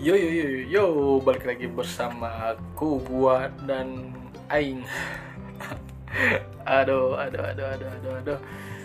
Yo yo yo yo, balik lagi bersama aku Buat dan Aing. Aduh.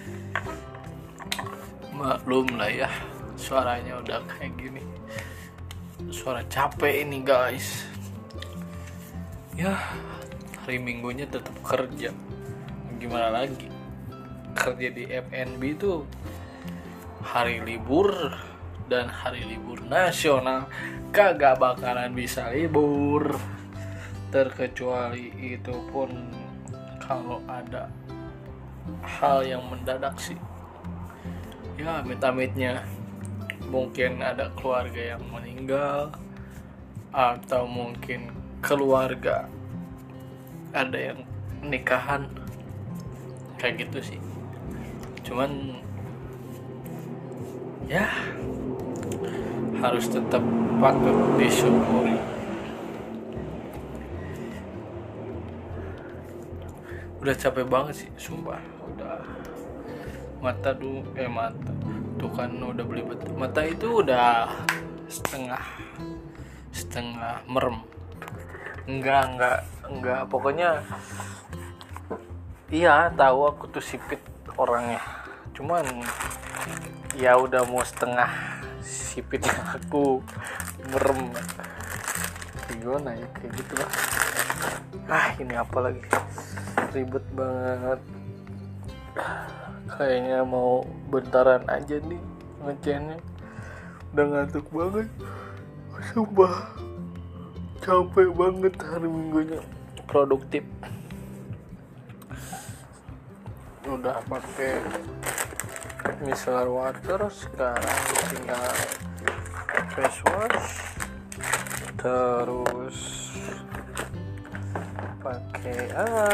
Maklum lah ya, suaranya udah kayak gini. Suara capek ini guys. Ya, hari Minggunya tetap kerja. Gimana lagi? Kerja di FNB itu hari libur dan hari libur nasional kagak bakalan bisa libur, terkecuali itu pun kalau ada hal yang mendadak sih ya, amit-amitnya mungkin ada keluarga yang meninggal atau mungkin keluarga ada yang nikahan kayak gitu sih. Cuman ya harus tetap patut disyukuri. Udah capek banget sih sumpah. Udah mata tuh kan udah belibet. Mata itu udah setengah merem. Enggak pokoknya iya tahu aku tuh sipit orangnya. Cuman ya udah mau setengah sipitnya aku merem. Gimana ya, kayak gitu lah. Ini apa lagi, ribet banget. Kayaknya mau bentaran aja nih ngechatnya. Udah ngantuk banget sumpah, capek banget hari Minggunya. Produktif, udah pakai micellar water, sekarang tinggal face wash, terus pakai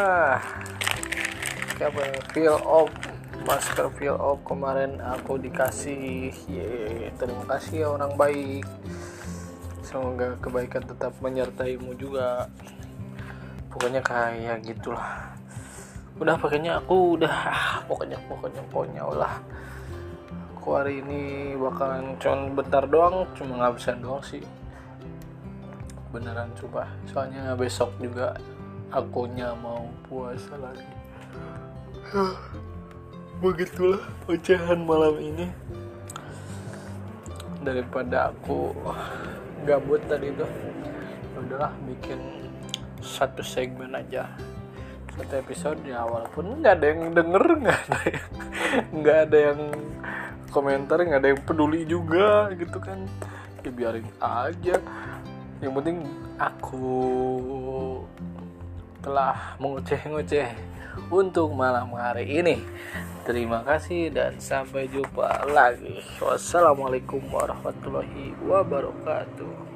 peel off, masker peel off kemarin aku dikasih. Terima kasih ya orang baik, semoga kebaikan tetap menyertaimu juga. Pokoknya kayak gitulah. Udah pakainya aku udah pokoknya ulah. Aku hari ini bakalan cuma bentar doang, cuma ngabisin doang sih beneran coba, soalnya besok juga akunya mau puasa lagi. Begitulah ocehan malam ini, daripada aku gabut tadi tuh. Udahlah, bikin satu segmen aja, satu episode ya, walaupun nggak ada yang denger, nggak ada yang komentar, nggak ada yang peduli juga gitu kan. Ya biarin aja, yang penting aku telah mengoceh-ngoceh untuk malam hari ini. Terima kasih dan sampai jumpa lagi. Wassalamualaikum warahmatullahi wabarakatuh.